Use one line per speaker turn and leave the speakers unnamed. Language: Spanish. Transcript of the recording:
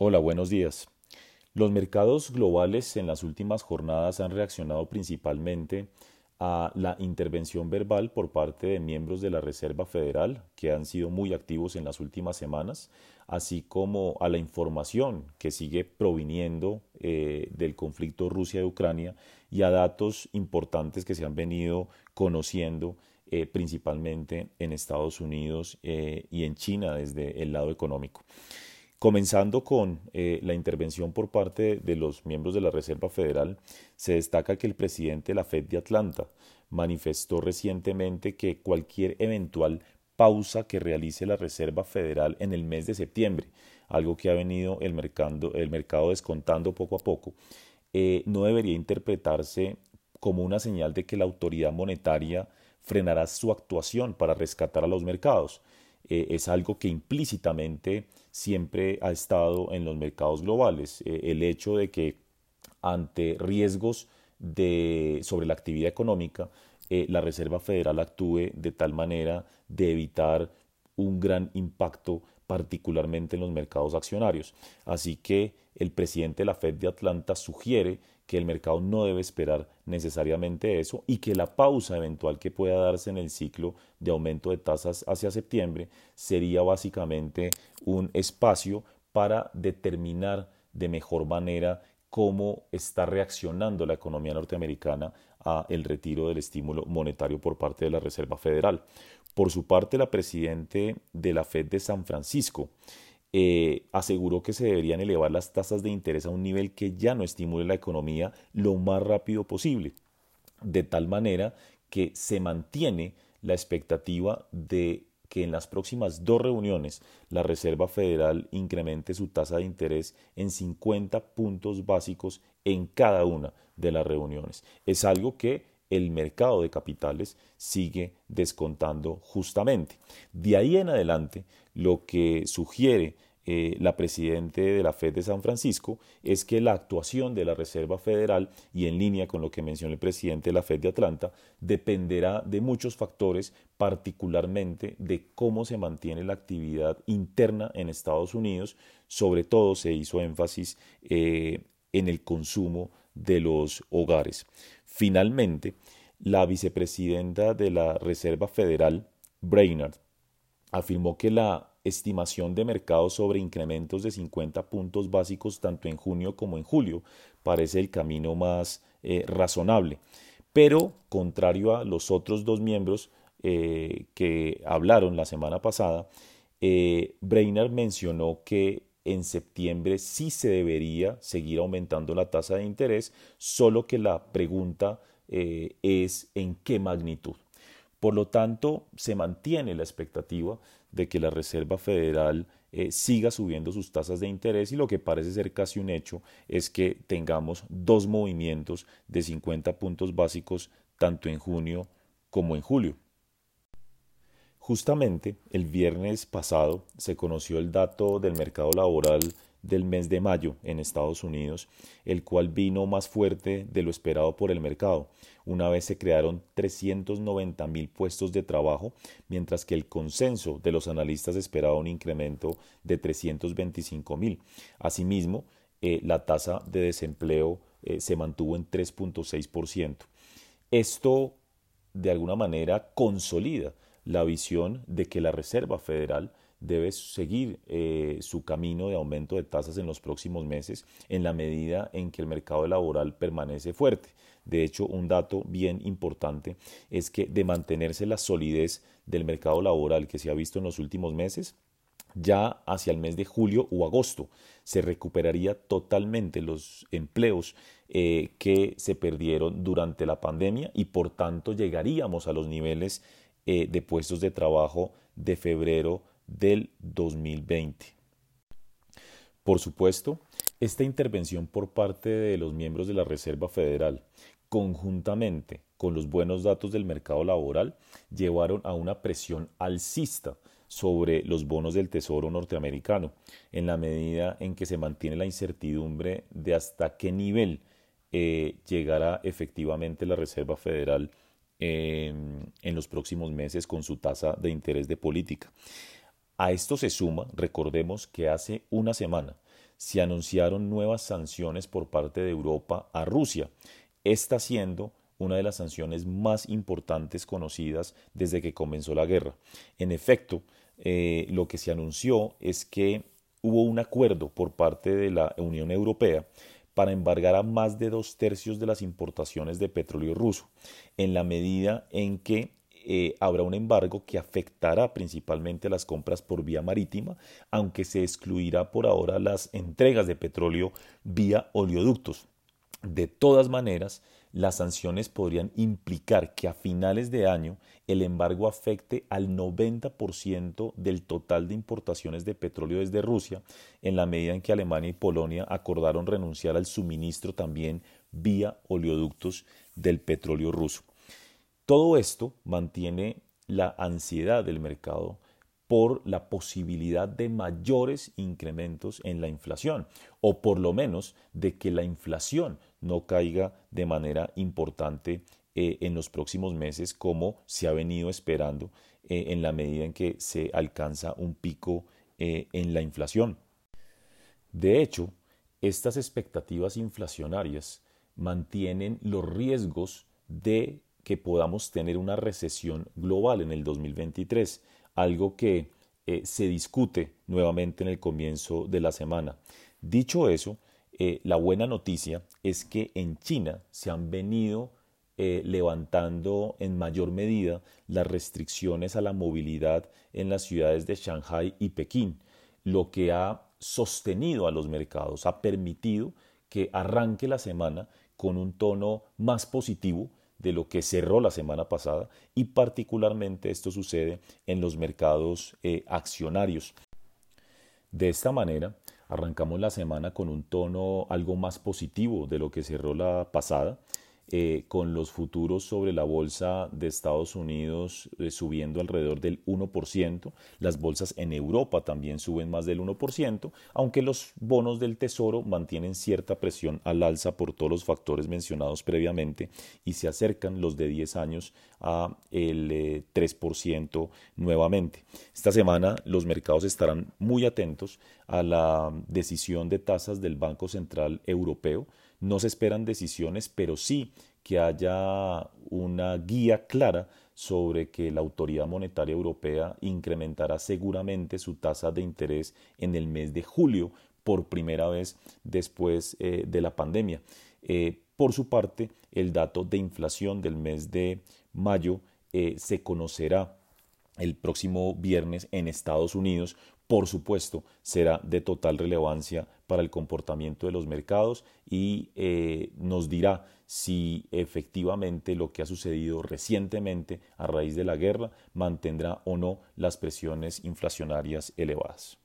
Hola, buenos días. Los mercados globales en las últimas jornadas han reaccionado principalmente a la intervención verbal por parte de miembros de la Reserva Federal, que han sido muy activos en las últimas semanas, así como a la información que sigue proviniendo del conflicto Rusia-Ucrania y a datos importantes que se han venido conociendo principalmente en Estados Unidos y en China desde el lado económico. Comenzando con la intervención por parte de los miembros de la Reserva Federal, se destaca que el presidente de la Fed de Atlanta manifestó recientemente que cualquier eventual pausa que realice la Reserva Federal en el mes de septiembre, algo que ha venido el mercado descontando poco a poco, no debería interpretarse como una señal de que la autoridad monetaria frenará su actuación para rescatar a los mercados. Es algo que implícitamente siempre ha estado en los mercados globales. El hecho de que ante riesgos sobre la actividad económica, la Reserva Federal actúe de tal manera de evitar un gran impacto, particularmente en los mercados accionarios. Así que el presidente de la Fed de Atlanta sugiere que el mercado no debe esperar necesariamente eso y que la pausa eventual que pueda darse en el ciclo de aumento de tasas hacia septiembre sería básicamente un espacio para determinar de mejor manera cómo está reaccionando la economía norteamericana a el retiro del estímulo monetario por parte de la Reserva Federal. Por su parte, la presidente de la Fed de San Francisco aseguró que se deberían elevar las tasas de interés a un nivel que ya no estimule la economía lo más rápido posible, de tal manera que se mantiene la expectativa de que en las próximas dos reuniones la Reserva Federal incremente su tasa de interés en 50 puntos básicos en cada una de las reuniones. Es algo que el mercado de capitales sigue descontando justamente. De ahí en adelante, lo que sugiere la presidenta de la Fed de San Francisco es que la actuación de la Reserva Federal, y en línea con lo que mencionó el presidente de la Fed de Atlanta, dependerá de muchos factores, particularmente de cómo se mantiene la actividad interna en Estados Unidos. Sobre todo se hizo énfasis en el consumo de los hogares. Finalmente, la vicepresidenta de la Reserva Federal, Brainard, afirmó que la estimación de mercado sobre incrementos de 50 puntos básicos tanto en junio como en julio parece el camino más razonable. Pero, contrario a los otros dos miembros que hablaron la semana pasada, Brainerd mencionó que en septiembre sí se debería seguir aumentando la tasa de interés, solo que la pregunta es en qué magnitud. Por lo tanto, se mantiene la expectativa de que la Reserva Federal siga subiendo sus tasas de interés y lo que parece ser casi un hecho es que tengamos dos movimientos de 50 puntos básicos tanto en junio como en julio. Justamente el viernes pasado se conoció el dato del mercado laboral del mes de mayo en Estados Unidos, el cual vino más fuerte de lo esperado por el mercado. Una vez se crearon 390.000 puestos de trabajo, mientras que el consenso de los analistas esperaba un incremento de 325.000. Asimismo, la tasa de desempleo se mantuvo en 3.6%. Esto de alguna manera consolida la visión de que la Reserva Federal debe seguir su camino de aumento de tasas en los próximos meses en la medida en que el mercado laboral permanece fuerte. De hecho, un dato bien importante es que de mantenerse la solidez del mercado laboral que se ha visto en los últimos meses, ya hacia el mes de julio o agosto se recuperaría totalmente los empleos que se perdieron durante la pandemia y por tanto llegaríamos a los niveles de puestos de trabajo de febrero del 2020. Por supuesto, esta intervención por parte de los miembros de la Reserva Federal, conjuntamente con los buenos datos del mercado laboral, llevaron a una presión alcista sobre los bonos del Tesoro norteamericano, en la medida en que se mantiene la incertidumbre de hasta qué nivel llegará efectivamente la Reserva Federal en los próximos meses con su tasa de interés de política. A esto se suma, recordemos que hace una semana se anunciaron nuevas sanciones por parte de Europa a Rusia, esta siendo una de las sanciones más importantes conocidas desde que comenzó la guerra. En efecto, lo que se anunció es que hubo un acuerdo por parte de la Unión Europea para embargar a más de 2/3 de las importaciones de petróleo ruso, en la medida en que habrá un embargo que afectará principalmente a las compras por vía marítima, aunque se excluirá por ahora las entregas de petróleo vía oleoductos. De todas maneras, las sanciones podrían implicar que a finales de año el embargo afecte al 90% del total de importaciones de petróleo desde Rusia, en la medida en que Alemania y Polonia acordaron renunciar al suministro también vía oleoductos del petróleo ruso. Todo esto mantiene la ansiedad del mercado por la posibilidad de mayores incrementos en la inflación, o por lo menos de que la inflación no caiga de manera importante en los próximos meses como se ha venido esperando en la medida en que se alcanza un pico en la inflación. De hecho, estas expectativas inflacionarias mantienen los riesgos de que podamos tener una recesión global en el 2023, algo que se discute nuevamente en el comienzo de la semana. Dicho eso, la buena noticia es que en China se han venido levantando en mayor medida las restricciones a la movilidad en las ciudades de Shanghái y Pekín, lo que ha sostenido a los mercados, ha permitido que arranque la semana con un tono más positivo de lo que cerró la semana pasada, y particularmente esto sucede en los mercados accionarios. De esta manera, arrancamos la semana con un tono algo más positivo de lo que cerró la pasada, con los futuros sobre la bolsa de Estados Unidos subiendo alrededor del 1%, las bolsas en Europa también suben más del 1%, aunque los bonos del Tesoro mantienen cierta presión al alza por todos los factores mencionados previamente y se acercan los de 10 años a el 3% nuevamente. Esta semana los mercados estarán muy atentos a la decisión de tasas del Banco Central Europeo. No se esperan decisiones, pero sí que haya una guía clara sobre que la Autoridad Monetaria Europea incrementará seguramente su tasa de interés en el mes de julio por primera vez después de la pandemia. Por su parte, el dato de inflación del mes de mayo se conocerá el próximo viernes en Estados Unidos. Por supuesto, será de total relevancia para el comportamiento de los mercados y nos dirá si efectivamente lo que ha sucedido recientemente a raíz de la guerra mantendrá o no las presiones inflacionarias elevadas.